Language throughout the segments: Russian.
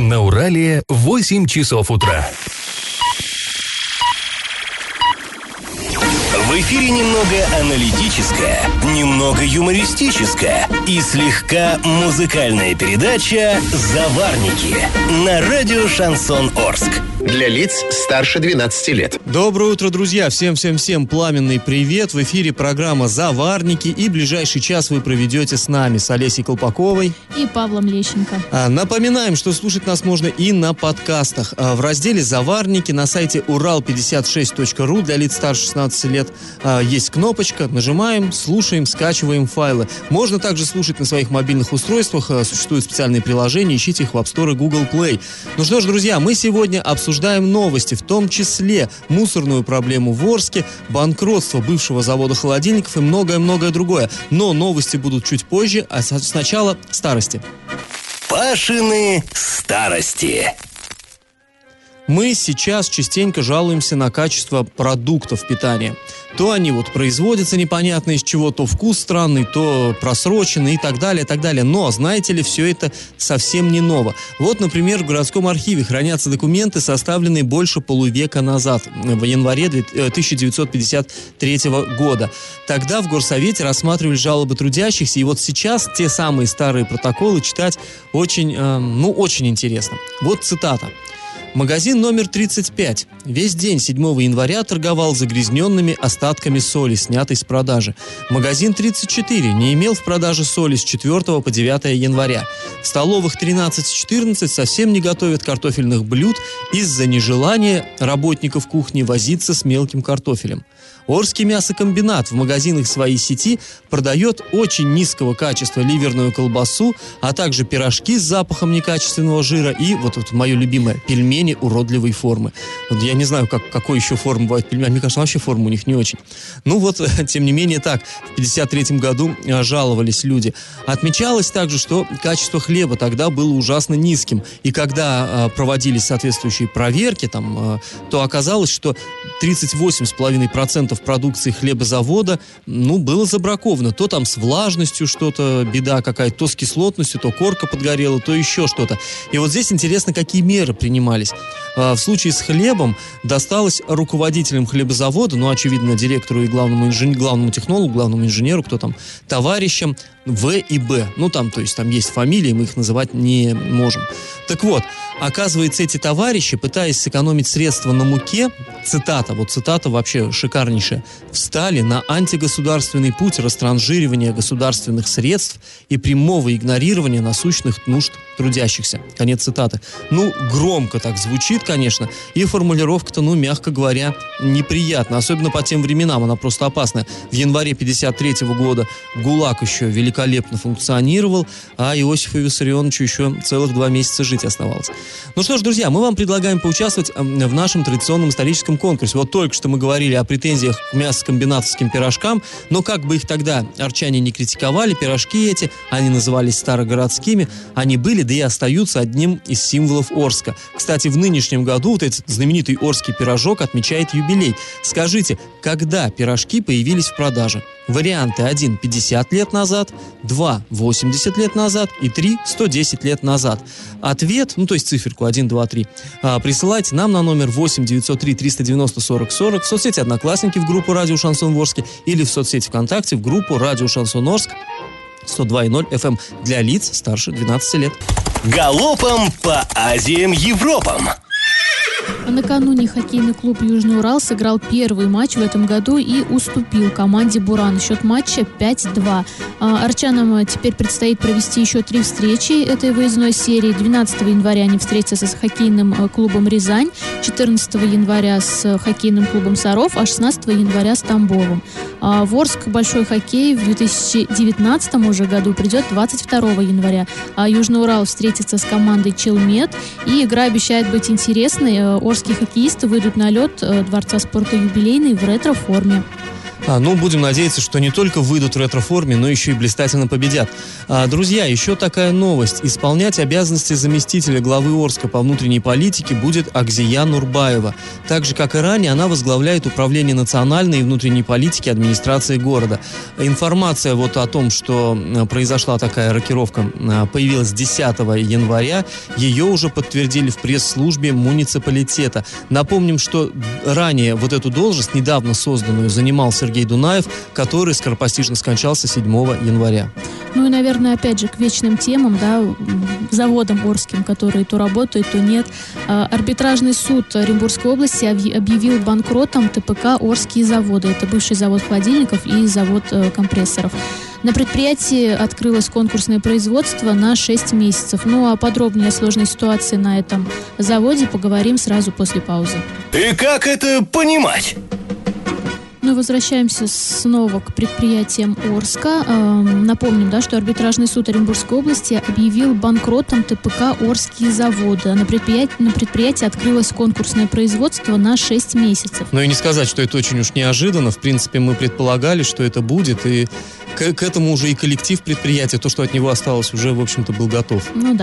На Урале 8 часов утра. В эфире немного аналитическая, немного юмористическая и слегка музыкальная передача «Заварники» на радио «Шансон Орск». Для лиц старше 12 лет. Доброе утро, друзья! Всем пламенный привет! В эфире программа «Заварники», и ближайший час вы проведете с нами, с Олесей Колпаковой и Павлом Лещенко. Напоминаем, что слушать нас можно и на подкастах. В разделе «Заварники» на сайте урал56.ру для лиц старше 16 лет есть кнопочка, нажимаем, слушаем, скачиваем файлы. Можно также слушать на своих мобильных устройствах, существуют специальные приложения, ищите их в App Store и Google Play. Ну что ж, друзья, мы сегодня обсуждаем новости, в том числе мусорную проблему в Орске, банкротство бывшего завода холодильников и многое-многое другое. Но новости будут чуть позже, а сначала старости. Пашины старости. Мы сейчас частенько жалуемся на качество продуктов питания. То они производятся непонятно из чего, то вкус странный, то просроченный и так далее, и так далее. Но, знаете ли, все это совсем не ново. Вот, например, в городском архиве хранятся документы, составленные больше полувека назад, в январе 1953 года. Тогда в горсовете рассматривали жалобы трудящихся, и вот сейчас те самые старые протоколы читать очень интересно. Вот цитата. Магазин номер 35 весь день 7 января торговал загрязненными остатками соли, снятой с продажи. Магазин 34 не имел в продаже соли с 4 по 9 января. В столовых 13 и 14 совсем не готовят картофельных блюд из-за нежелания работников кухни возиться с мелким картофелем. Орский мясокомбинат в магазинах своей сети продает очень низкого качества ливерную колбасу, а также пирожки с запахом некачественного жира и, вот мое любимое, пельмени уродливой формы. Я не знаю, какой еще формы бывают пельмени. Мне кажется, вообще форма у них не очень. Тем не менее, так, в 1953 году жаловались люди. Отмечалось также, что качество хлеба тогда было ужасно низким. И когда проводились соответствующие проверки, то оказалось, что 38,5% продукции хлебозавода, было забраковано. То там с влажностью что-то, беда какая-то, то с кислотностью, то корка подгорела, то еще что-то. И вот здесь интересно, какие меры принимались. В случае с хлебом досталось руководителям хлебозавода, очевидно, директору и главному технологу, главному инженеру, кто там, товарищам В и Б. Там есть фамилии, мы их называть не можем. Так вот, оказывается, эти товарищи, пытаясь сэкономить средства на муке, цитата вообще шикарнейшая, встали на антигосударственный путь растранжиривания государственных средств и прямого игнорирования насущных нужд трудящихся. Конец цитаты. Громко так звучит, конечно, и формулировка-то, мягко говоря, неприятна, особенно по тем временам, она просто опасная. В январе 1953 года ГУЛАГ еще великолепно функционировал, а Иосифу Виссарионовичу еще целых 2 месяца жить оставалось. Ну что ж, друзья, мы вам предлагаем поучаствовать в нашем традиционном историческом конкурсе. Вот только что мы говорили о претензиях к мясокомбинатовским пирожкам, но как бы их тогда арчане не критиковали, пирожки эти, они назывались старогородскими, они были, да и остаются одним из символов Орска. Кстати, в нынешнем году этот знаменитый орский пирожок отмечает юбилей. Скажите, когда пирожки появились в продаже? Варианты: 1 – 50 лет назад, 2 – 80 лет назад и 3 – 110 лет назад. Ответ, то есть циферку 1, 2, 3, присылайте нам на номер 8 903 390 40 40 в соцсети «Одноклассники» в группу «Радио Шансон Орске» или в соцсети ВКонтакте в группу «Радио Шансон Орск» 102,0 FM для лиц старше 12 лет. Галопом по Азиям, Европам. Накануне хоккейный клуб «Южный Урал» сыграл первый матч в этом году и уступил команде «Буран». Счет матча 5-2. Арчанам теперь предстоит провести еще 3 встречи этой выездной серии. 12 января они встретятся с хоккейным клубом «Рязань», 14 января с хоккейным клубом «Саров», а 16 января с «Тамбовом». В Орск большой хоккей в 2019 уже году придет 22 января. Южный Урал встретится с командой «Челмет», и игра обещает быть интересной. Орские хоккеисты выйдут на лед Дворца спорта «Юбилейный» в ретро-форме. Будем надеяться, что не только выйдут в ретро-форме, но еще и блистательно победят. Друзья, еще такая новость. Исполнять обязанности заместителя главы Орска по внутренней политике будет Акзия Нурбаева. Так же, как и ранее, она возглавляет управление национальной и внутренней политики администрации города. Информация о том, что произошла такая рокировка, появилась 10 января. Ее уже подтвердили в пресс-службе муниципалитета. Напомним, что ранее эту должность, недавно созданную, занимал Сергей Дунаев, который скоропостижно скончался 7 января. И, наверное, опять же, к вечным темам, заводам орским, которые то работают, то нет. Арбитражный суд Оренбургской области объявил банкротом ТПК «Орские заводы». Это бывший завод холодильников и завод компрессоров. На предприятии открылось конкурсное производство на 6 месяцев. А подробнее о сложной ситуации на этом заводе поговорим сразу после паузы. И как это понимать? Возвращаемся снова к предприятиям Орска. Напомним, что арбитражный суд Оренбургской области объявил банкротом ТПК «Орские заводы». На предприятии открылось конкурсное производство на 6 месяцев. И не сказать, что это очень уж неожиданно. В принципе, мы предполагали, что это будет, и к этому уже и коллектив предприятия, то, что от него осталось, уже, в общем-то, был готов.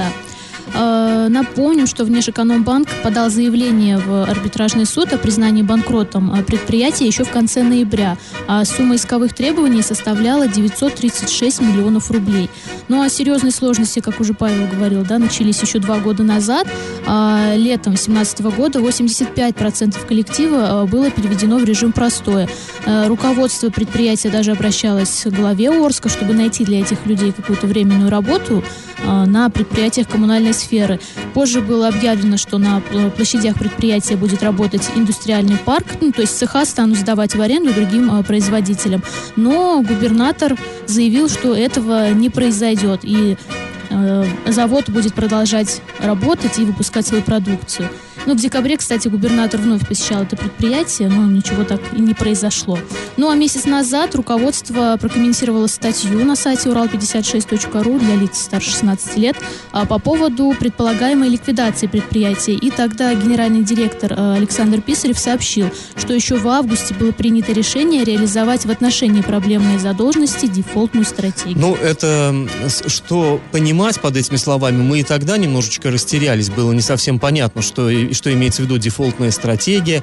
Напомним, что Внешэкономбанк подал заявление в арбитражный суд о признании банкротом предприятия еще в конце ноября. А сумма исковых требований составляла 936 миллионов рублей. Серьезные сложности, как уже Павел говорил, начались еще 2 года назад. Летом 2017 года 85% коллектива было переведено в режим простое. Руководство предприятия даже обращалось к главе Орска, чтобы найти для этих людей какую-то временную работу на предприятиях коммунальной сферы. Позже было объявлено, что на площадях предприятия будет работать индустриальный парк, то есть цеха станут сдавать в аренду другим производителям. Но губернатор заявил, что этого не произойдет, и завод будет продолжать работать и выпускать свою продукцию. В декабре, кстати, губернатор вновь посещал это предприятие, но ничего так и не произошло. А месяц назад руководство прокомментировало статью на сайте урал56.ру для лиц старше 16 лет по поводу предполагаемой ликвидации предприятия. И тогда генеральный директор Александр Писарев сообщил, что еще в августе было принято решение реализовать в отношении проблемной задолженности дефолтную стратегию. Это что понимать под этими словами, мы и тогда немножечко растерялись. Было не совсем понятно, что имеется в виду дефолтная стратегия.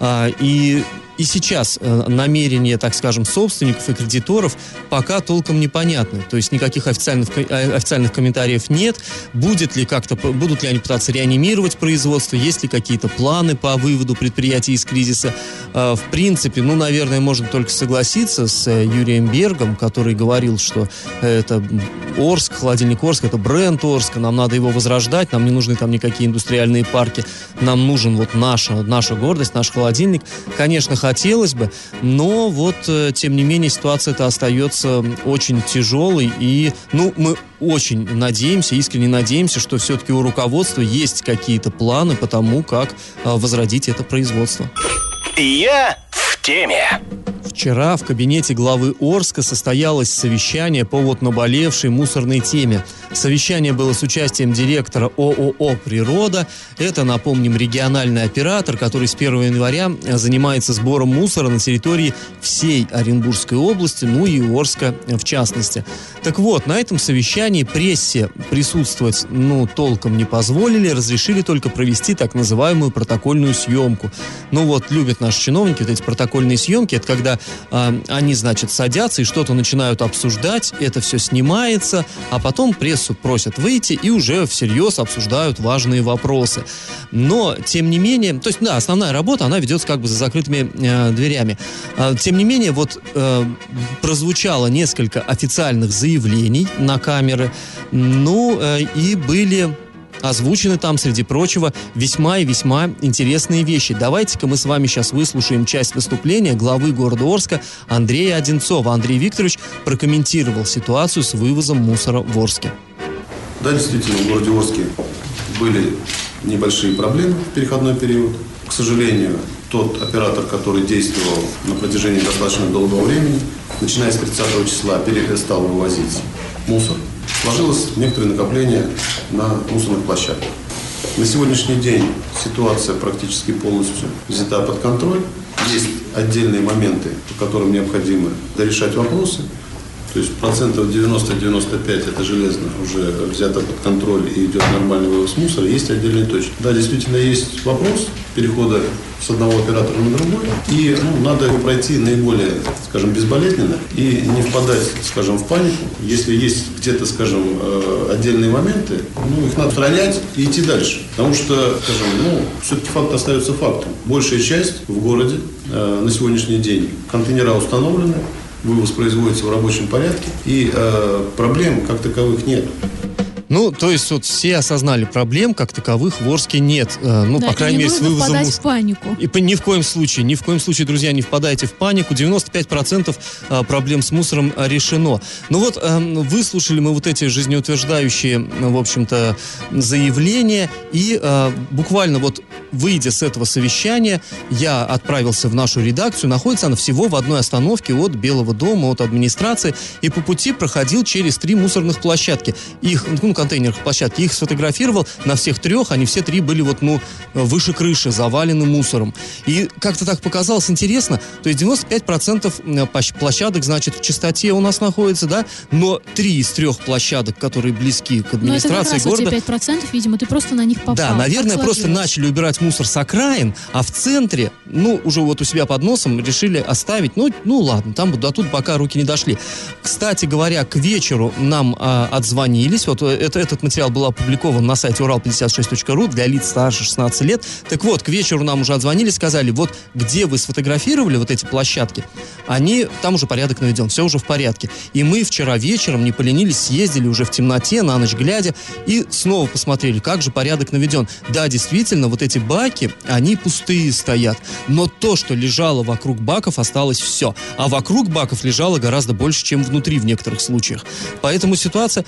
И сейчас намерения, так скажем, собственников и кредиторов пока толком непонятны. То есть никаких официальных комментариев нет. Будут ли они пытаться реанимировать производство? Есть ли какие-то планы по выводу предприятий из кризиса? В принципе, наверное, можно только согласиться с Юрием Бергом, который говорил, что это Орск, холодильник Орск, это бренд Орска, нам надо его возрождать, нам не нужны там никакие индустриальные парки, нам нужен наша гордость, наш холодильник. Конечно, хотелось бы, но тем не менее ситуация-то остается очень тяжелой, и мы очень надеемся, искренне надеемся, что все-таки у руководства есть какие-то планы по тому, как возродить это производство. Я в теме. Вчера в кабинете главы Орска состоялось совещание по наболевшей мусорной теме. Совещание было с участием директора ООО «Природа». Это, напомним, региональный оператор, который с 1 января занимается сбором мусора на территории всей Оренбургской области, и Орска в частности. Так вот, на этом совещании прессе присутствовать, толком не позволили, разрешили только провести так называемую протокольную съемку. Любят наши чиновники эти протокольные съемки. Это когда они, садятся и что-то начинают обсуждать, это все снимается, а потом прессу просят выйти и уже всерьез обсуждают важные вопросы. Но, тем не менее, то есть, основная работа, она ведется за закрытыми дверями. Тем не менее, прозвучало несколько официальных заявлений на камеры, и были озвучены там, среди прочего, весьма и весьма интересные вещи. Давайте-ка мы с вами сейчас выслушаем часть выступления главы города Орска Андрея Одинцова. Андрей Викторович прокомментировал ситуацию с вывозом мусора в Орске. Да, действительно, в городе Орске были небольшие проблемы в переходной период. К сожалению, тот оператор, который действовал на протяжении достаточно долгого времени, начиная с 30 числа, перестал вывозить мусор. Сложилось некоторое накопление на мусорных площадках. На сегодняшний день ситуация практически полностью взята под контроль. есть отдельные моменты, по которым необходимо решать вопросы. То есть 90-95% это железно уже взято под контроль и идет нормальный вывоз мусора. Есть отдельные точки. Да, действительно есть вопрос перехода с одного оператора на другой. И надо его пройти наиболее, скажем, безболезненно и не впадать, скажем, в панику. Если есть где-то, скажем, отдельные моменты, их надо устранять и идти дальше. Потому что, скажем, все-таки факт остается фактом. Большая часть в городе на сегодняшний день контейнера установлены, вывоз производится в рабочем порядке, и проблем как таковых нет. То есть вот все осознали, проблем как таковых в Орске нет. По крайней мере, с вывозом мусора. Не впадать в панику. И ни в коем случае, друзья, не впадайте в панику. 95% проблем с мусором решено. Выслушали мы вот эти жизнеутверждающие, в общем-то, заявления. И буквально выйдя с этого совещания, я отправился в нашу редакцию. Находится она всего в одной остановке от Белого дома, от администрации. И по пути проходил через 3 мусорных площадки. Контейнерных площадки. Их сфотографировал на всех 3, они все 3 были выше крыши, завалены мусором. И как-то так показалось интересно, то есть 95% площадок, значит, в чистоте у нас находится, да, но 3 из 3 площадок, которые близки к администрации города... Но это как раз 5%, видимо, ты просто на них попал. Да, наверное, просто начали убирать мусор с окраин, а в центре, уже у себя под носом решили оставить, ладно, там до тут пока руки не дошли. Кстати говоря, к вечеру нам отзвонились, этот материал был опубликован на сайте урал56.ру для лиц старше 16 лет. Так вот, к вечеру нам уже отзвонили, сказали, где вы сфотографировали эти площадки, там уже порядок наведен, все уже в порядке. И мы вчера вечером не поленились, съездили уже в темноте, на ночь глядя, и снова посмотрели, как же порядок наведен. Да, действительно, эти баки, они пустые стоят. Но то, что лежало вокруг баков, осталось все. А вокруг баков лежало гораздо больше, чем внутри в некоторых случаях. Поэтому ситуация,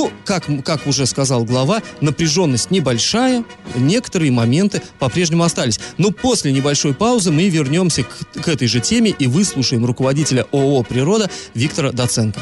как уже сказал глава, напряженность небольшая, некоторые моменты по-прежнему остались. Но после небольшой паузы мы вернемся к этой же теме и выслушаем руководителя ООО «Природа» Виктора Доценко.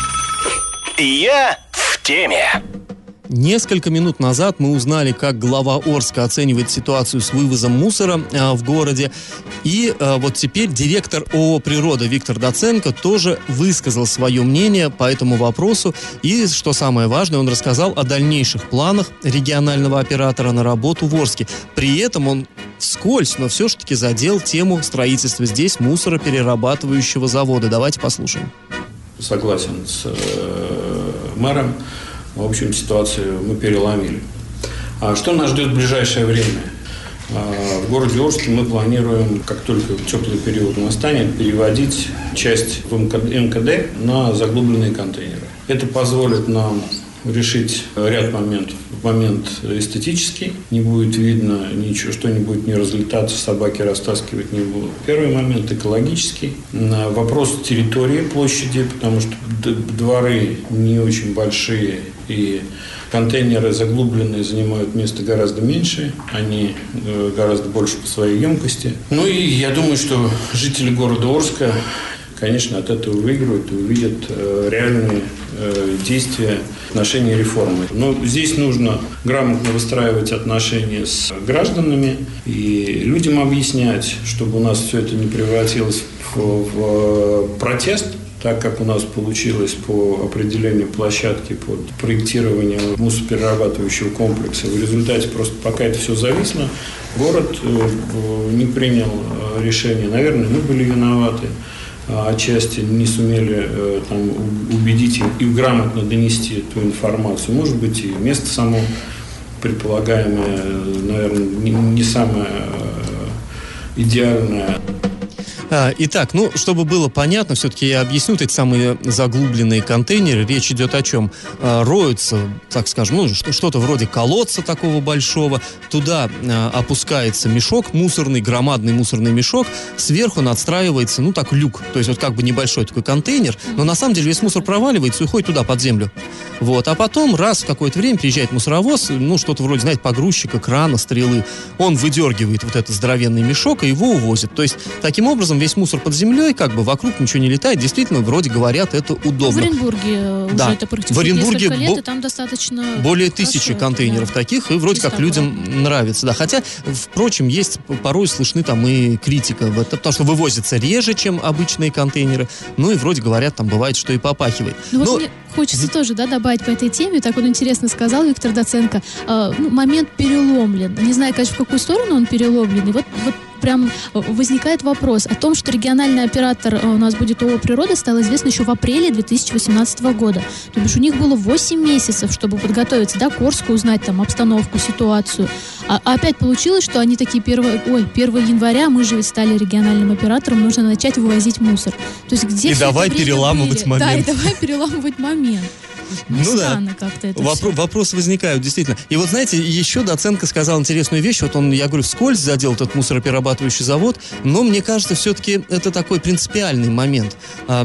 Я в теме. Несколько минут назад мы узнали, как глава Орска оценивает ситуацию с вывозом мусора в городе. И теперь директор ООО «Природа» Виктор Доценко тоже высказал свое мнение по этому вопросу. И, что самое важное, он рассказал о дальнейших планах регионального оператора на работу в Орске. При этом он вскользь, но все-таки задел тему строительства здесь мусороперерабатывающего завода. Давайте послушаем. Согласен с мэром. В общем, ситуацию мы переломили. А что нас ждет в ближайшее время? В городе Орске мы планируем, как только теплый период настанет, переводить часть в МКД на заглубленные контейнеры. Это позволит нам решить ряд моментов. Момент эстетический, не будет видно ничего, что-нибудь не разлетаться, собаки растаскивать не будут. Первый момент экологический. Вопрос территории, площади, потому что дворы не очень большие и контейнеры заглубленные занимают место гораздо меньше, они гораздо больше по своей емкости. И я думаю, что жители города Орска, конечно, от этого выиграют и увидят реальные действия в отношении реформы. Но здесь нужно грамотно выстраивать отношения с гражданами и людям объяснять, чтобы у нас все это не превратилось в протест, так как у нас получилось по определению площадки под проектирование мусороперерабатывающего комплекса. В результате просто пока это все зависло, город не принял решение. Наверное, мы были виноваты. Отчасти не сумели убедить и грамотно донести эту информацию. Может быть, и место само предполагаемое, наверное, не самое идеальное. Итак, чтобы было понятно, все-таки я объясню, эти самые заглубленные контейнеры, речь идет о чем? Роются, так скажем, что-то вроде колодца такого большого, туда опускается мешок мусорный, громадный мусорный мешок, сверху надстраивается, люк, то есть как бы небольшой такой контейнер, но на самом деле весь мусор проваливается и уходит туда под землю. А потом раз в какое-то время приезжает мусоровоз, что-то вроде, погрузчика, крана, стрелы, он выдергивает этот здоровенный мешок и его увозит. То есть, таким образом, весь мусор под землей, как бы вокруг ничего не летает. Действительно, вроде говорят, это удобно. В Оренбурге уже это практикуют несколько лет, и там достаточно... Более 1000 контейнеров таких, и вроде как людям нравится. Да. Хотя, впрочем, есть порой слышны там и критика в этом, потому что вывозятся реже, чем обычные контейнеры. Ну и вроде говорят, там бывает, что и попахивает. Вот мне хочется тоже добавить по этой теме. Так вот интересно сказал Виктор Доценко. Момент переломлен. Не знаю, конечно, в какую сторону он переломлен. И вот прям возникает вопрос о том, что региональный оператор у нас будет ООО «Природа», стало известно еще в апреле 2018 года. То бишь у них было 8 месяцев, чтобы подготовиться к Орску, узнать там обстановку, ситуацию. А опять получилось, что они такие 1 января, мы же ведь стали региональным оператором, нужно начать вывозить мусор. То есть где и давай переламывать момент. Да, и давай переламывать момент. Странно как-то это Вопросы возникают, действительно. И вот, знаете, еще Доценко сказал интересную вещь. Вот он, я говорю, вскользь задел этот мусороперерабатывающий завод, но мне кажется, все-таки это такой принципиальный момент.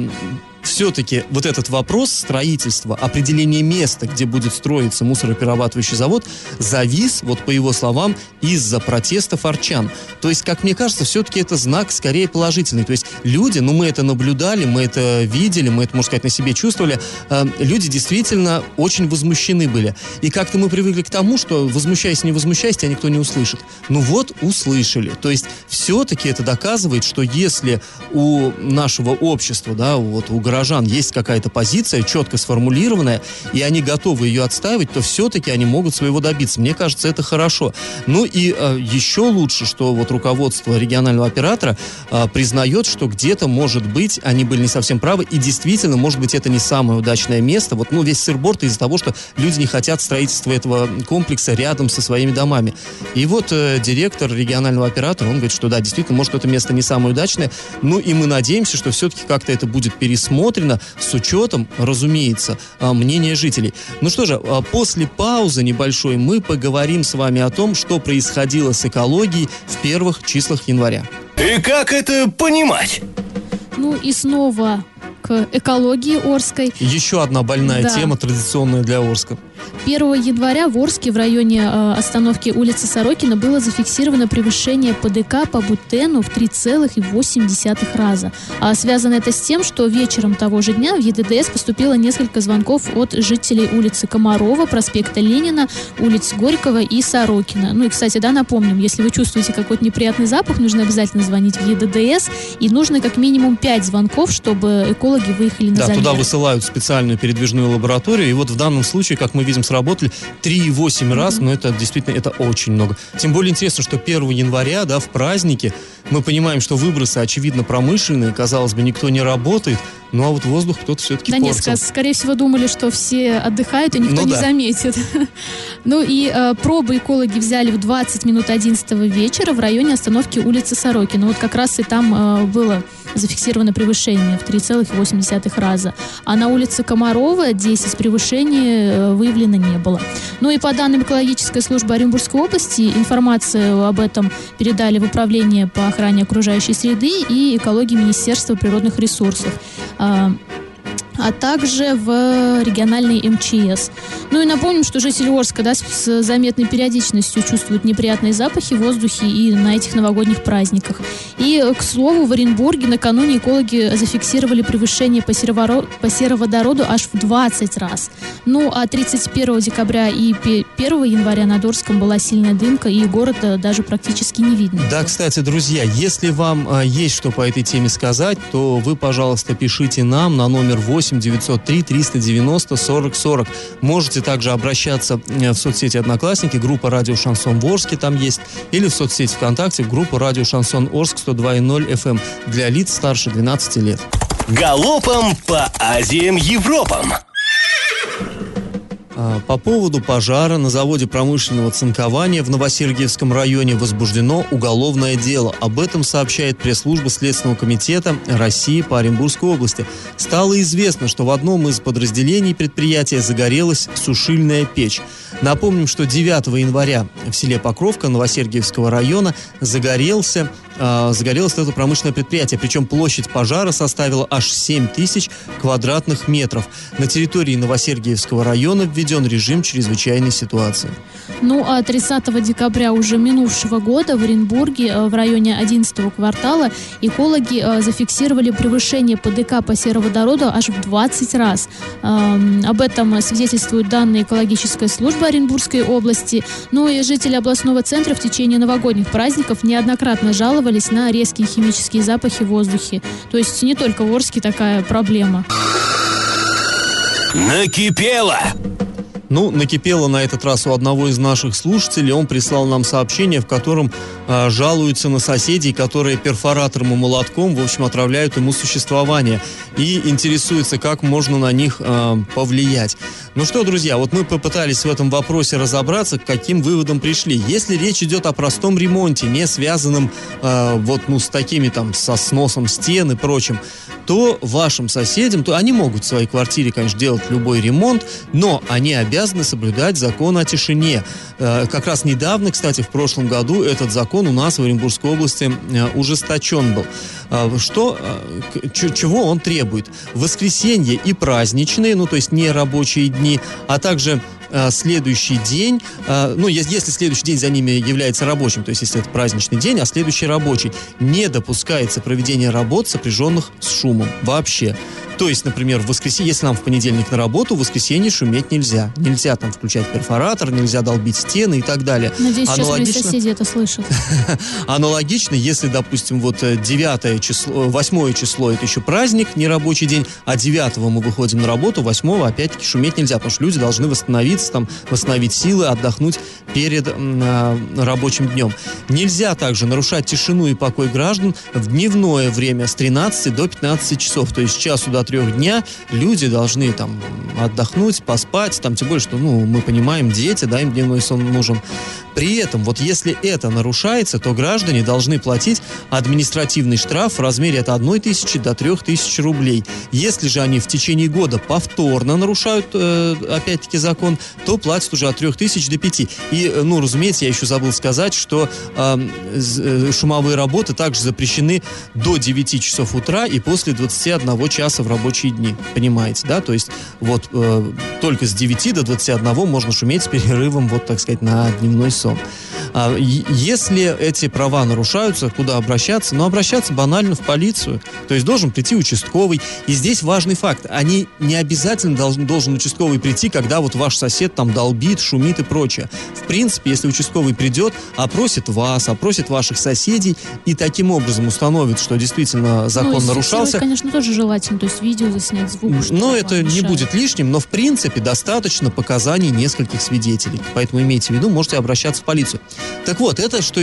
Все-таки вот этот вопрос строительства, определения места, где будет строиться мусороперерабатывающий завод, завис, вот по его словам, из-за протестов арчан. То есть, как мне кажется, все-таки это знак скорее положительный. То есть люди, мы это наблюдали, мы это видели, мы это, можно сказать, на себе чувствовали, люди действительно очень возмущены были. И как-то мы привыкли к тому, что возмущайся, не возмущайся, тебя никто не услышит. Ну вот, услышали. То есть, все-таки это доказывает, что если у нашего общества, у горожан есть какая-то позиция, четко сформулированная, и они готовы ее отстаивать, то все-таки они могут своего добиться. Мне кажется, это хорошо. Ну и еще лучше, что вот руководство регионального оператора признает, что где-то, может быть, они были не совсем правы, и действительно, может быть, это не самое удачное место. Вот, весь сыр-бор из-за того, что люди не хотят строительства этого комплекса рядом со своими домами. И вот директор регионального оператора, он говорит, что да, действительно, может, это место не самое удачное, и мы надеемся, что все-таки как-то это будет пересмотрено с учетом, разумеется, мнения жителей. Ну что же, после паузы небольшой мы поговорим с вами о том, что происходило с экологией в первых числах января. И как это понимать? И снова к экологии Орской. Еще одна больная тема, традиционная для Орска. 1 января в Орске в районе остановки улицы Сорокина было зафиксировано превышение ПДК по бутену в 3,8 раза. А связано это с тем, что вечером того же дня в ЕДДС поступило несколько звонков от жителей улицы Комарова, проспекта Ленина, улиц Горького и Сорокина. И, кстати, напомним, если вы чувствуете какой-то неприятный запах, нужно обязательно звонить в ЕДДС, и нужно как минимум 5 звонков, чтобы экологи выехали на замер. Туда высылают специальную передвижную лабораторию, и вот в данном случае, как мы видим, сработали 3,8 раз, но это действительно, это очень много. Тем более интересно, что 1 января, в празднике, мы понимаем, что выбросы, очевидно, промышленные, казалось бы, никто не работает, а вот воздух кто-то все-таки портил. Нет, скорее всего, думали, что все отдыхают, и никто не заметит. Пробы экологи взяли в 20 минут 11 вечера в районе остановки улицы Сорокина. Вот как раз и там было зафиксировано превышение в 3,8 раза. А на улице Комарова 10 превышений выявлено не было. И по данным экологической службы Оренбургской области, информацию об этом передали в Управление по охране окружающей среды и экологии Министерства природных ресурсов, а также в региональный МЧС. И напомним, что жители Орска с заметной периодичностью чувствуют неприятные запахи в воздухе и на этих новогодних праздниках. И, к слову, в Оренбурге накануне экологи зафиксировали превышение по сероводороду аж в 20 раз. А 31 декабря и 1 января над Орском была сильная дымка, и города даже практически не видно. Да, кстати, друзья, если вам есть что по этой теме сказать, то вы, пожалуйста, пишите нам на номер 8 903 390 40 40. Можете также обращаться в соцсети Одноклассники, группа «Радио Шансон» в Орске там есть, или в соцсети ВКонтакте, в группу «Радио Шансон Орск» 102.0 FM для лиц старше 12 лет. Галопом по Азиям Европам. По поводу пожара на заводе промышленного цинкования в Новосергиевском районе возбуждено уголовное дело. Об этом сообщает пресс-служба Следственного комитета России по Оренбургской области. Стало известно, что в одном из подразделений предприятия загорелась сушильная печь. Напомним, что 9 января в селе Покровка Новосергиевского района загорелся загорелось это промышленное предприятие. Причем площадь пожара составила аж 7000 квадратных метров. На территории Новосергиевского района введен режим чрезвычайной ситуации. Ну, а 30 декабря уже минувшего года в Оренбурге в районе 11-го квартала экологи зафиксировали превышение ПДК по сероводороду аж в 20 раз. Об этом свидетельствуют данные экологической службы Оренбургской области. Ну и жители областного центра в течение новогодних праздников неоднократно жаловались на резкие химические запахи в воздухе. То есть не только в Орске такая проблема. Накипело! Ну, накипело на этот раз у одного из наших слушателей. Он прислал нам сообщение, в котором жалуются на соседей, которые перфоратором и молотком, в общем, отравляют ему существование. И интересуется, как можно на них повлиять. Ну что, друзья, вот мы попытались в этом вопросе разобраться, к каким выводам пришли. Если речь идет о простом ремонте, не связанном с такими там, со сносом стен и прочим, то вашим соседям, то они могут в своей квартире, конечно, делать любой ремонт, но они обязаны соблюдать закон о тишине. Как раз недавно, кстати, в прошлом году этот закон у нас в Оренбургской области ужесточен был. Чего он требует? Воскресенье и праздничные, то есть не рабочие дни, а также следующий день, если следующий день за ними является рабочим, то есть если это праздничный день, а следующий рабочий, не допускается проведение работ, сопряженных с шумом вообще. То есть, например, в воскресенье, если нам в понедельник на работу, в воскресенье шуметь нельзя. Нельзя там включать перфоратор, нельзя долбить стены и так далее. Надеюсь, сейчас мои соседи это слышат. Аналогично, если, допустим, 9 число, 8 число это еще праздник, не рабочий день, а 9 мы выходим на работу, 8 опять-таки шуметь нельзя, потому что люди должны восстановиться, восстановить силы, отдохнуть перед рабочим днем. Нельзя также нарушать тишину и покой граждан в дневное время с 13 до 15 часов, то есть с часу до 3 дня люди должны там отдохнуть, поспать, тем более, что, мы понимаем, дети, им дневной сон нужен. При этом, если это нарушается, то граждане должны платить административный штраф в размере от 1000 до 3000 рублей. Если же они в течение года повторно нарушают, опять-таки, закон, то платят уже от 3000 до 5. И, разумеется, я еще забыл сказать, что шумовые работы также запрещены до 9 часов утра и после 21 часа в рабочие дни. Понимаете, да? То есть, только с 9 до 21 можно шуметь с перерывом, так сказать, на дневной сон. Если эти права нарушаются, куда обращаться? Обращаться банально в полицию. То есть должен прийти участковый. И здесь важный факт. Они не обязательно должен участковый прийти, когда ваш сосед там долбит, шумит и прочее. В принципе, если участковый придет, опросит вас, опросит ваших соседей и таким образом установит, что действительно закон нарушался. Конечно, тоже желательно. То есть видео заснять, звук. Это не будет лишним, но в принципе достаточно показаний нескольких свидетелей. Поэтому имейте в виду, можете обращаться в полицию. Так вот, это что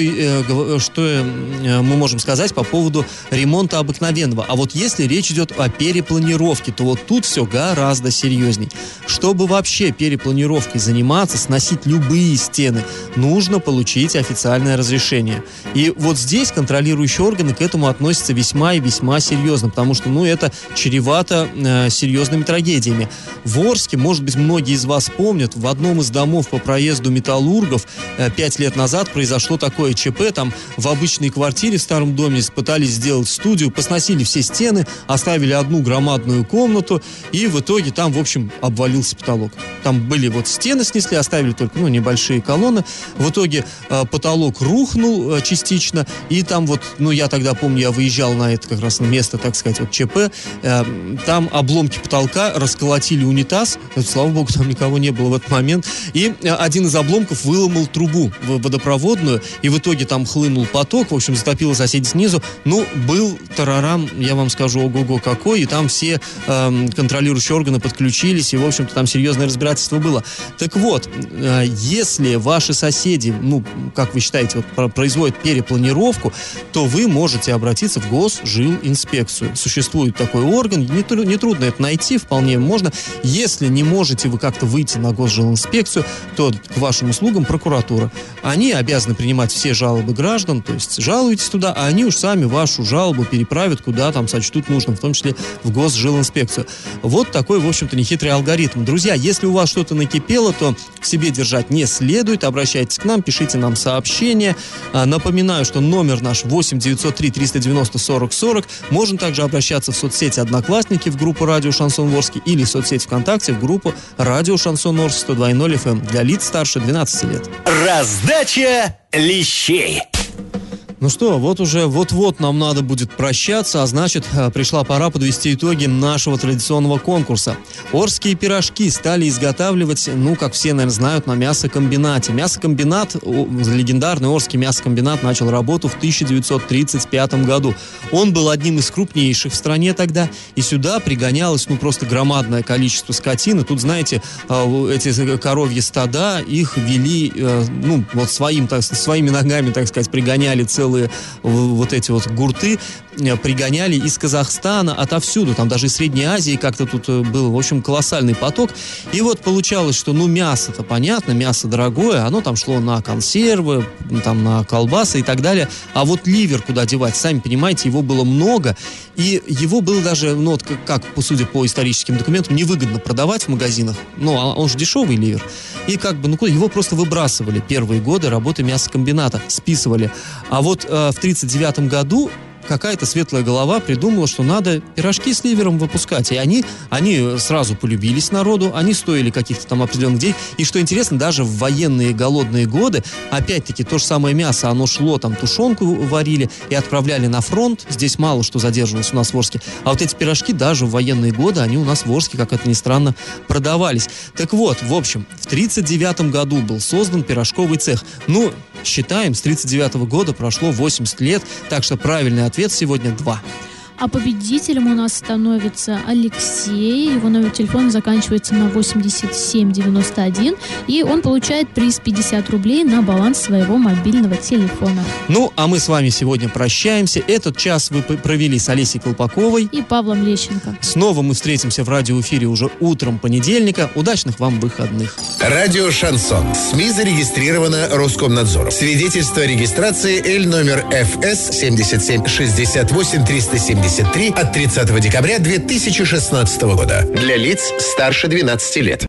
мы можем сказать по поводу ремонта обыкновенного. А если речь идет о перепланировке, то тут все гораздо серьезней. Чтобы вообще перепланировкой заниматься, сносить любые стены, нужно получить официальное разрешение. И здесь контролирующие органы к этому относятся весьма и весьма серьезно, потому что, это чревато серьезными трагедиями. В Орске, может быть, многие из вас помнят, в одном из домов по проезду Металлургов 5 лет назад произошло такое ЧП. Там в обычной квартире в старом доме пытались сделать студию, посносили все стены, оставили одну громадную комнату, и в итоге там, в общем, обвалился потолок. Там были стены снесли, оставили только, небольшие колонны. В итоге потолок рухнул частично, и там я тогда помню, я выезжал на это как раз место, так сказать, ЧП, там обломки потолка расколотили унитаз, слава богу, там никого не было в этот момент, и один из обломков выломал трубу водопроводную, и в итоге там хлынул поток, в общем, затопило соседей снизу. Был тарарам, я вам скажу, ого-го какой, и там все контролирующие органы подключились, и, в общем-то, там серьезное разбирательство было. Так вот, если ваши соседи, как вы считаете, производят перепланировку, то вы можете обратиться в Госжилинспекцию. Существует такой орган, нетрудно это найти, вполне можно. Если не можете вы как-то выйти на Госжилинспекцию, то к вашим услугам прокуратура. прокуратура. Они обязаны принимать все жалобы граждан, то есть жалуетесь туда, а они уж сами вашу жалобу переправят, куда там сочтут нужным, в том числе в Госжилинспекцию. Вот такой, в общем-то, нехитрый алгоритм. Друзья, если у вас что-то накипело, то в себе держать не следует. Обращайтесь к нам, пишите нам сообщения. Напоминаю, что номер наш 8 903 390 40 40. Можно также обращаться в соцсети «Одноклассники» в группу «Радио Шансон Орск» или в соцсети ВКонтакте в группу «Радио Шансон Орск» 102.0 FM для лиц старше 12 лет. Раздача лещей. Ну что, вот уже вот-вот нам надо будет прощаться, а значит, пришла пора подвести итоги нашего традиционного конкурса. Орские пирожки стали изготавливать, как все, наверное, знают, на мясокомбинате. Мясокомбинат, легендарный Орский мясокомбинат, начал работу в 1935 году. Он был одним из крупнейших в стране тогда, и сюда пригонялось, просто громадное количество скотины. Тут, знаете, эти коровьи стада, их вели, своими ногами, так сказать, пригоняли целые вот эти вот гурты, пригоняли из Казахстана, отовсюду, там даже из Средней Азии как-то тут был, в общем, колоссальный поток. И вот получалось, что, мясо-то понятно, мясо дорогое, оно там шло на консервы, там на колбасы и так далее. А вот ливер куда девать, сами понимаете, его было много, и его было даже, судя по историческим документам, невыгодно продавать в магазинах. Он же дешевый ливер. И его просто выбрасывали первые годы работы мясокомбината, списывали. А вот в 1939 году какая-то светлая голова придумала, что надо пирожки с ливером выпускать. И они сразу полюбились народу, они стоили каких-то там определенных денег. И что интересно, даже в военные голодные годы, опять-таки, то же самое мясо, оно шло, там тушенку варили и отправляли на фронт. Здесь мало что задерживалось у нас в Орске. А вот эти пирожки даже в военные годы, они у нас в Орске, как это ни странно, продавались. Так вот, в общем, в 1939 году был создан пирожковый цех. Считаем, с 1939 года прошло 80 лет, так что правильный ответ сегодня 2. А победителем у нас становится Алексей. Его номер телефона заканчивается на 8791. И он получает приз 50 рублей на баланс своего мобильного телефона. А мы с вами сегодня прощаемся. Этот час вы провели с Олесей Колпаковой и Павлом Лещенко. Снова мы встретимся в радиоэфире уже утром понедельника. Удачных вам выходных. Радио «Шансон». СМИ зарегистрировано Роскомнадзором. Свидетельство о регистрации Л номер ФС 7768 373 от 30 декабря 2016 года. Для лиц старше 12 лет.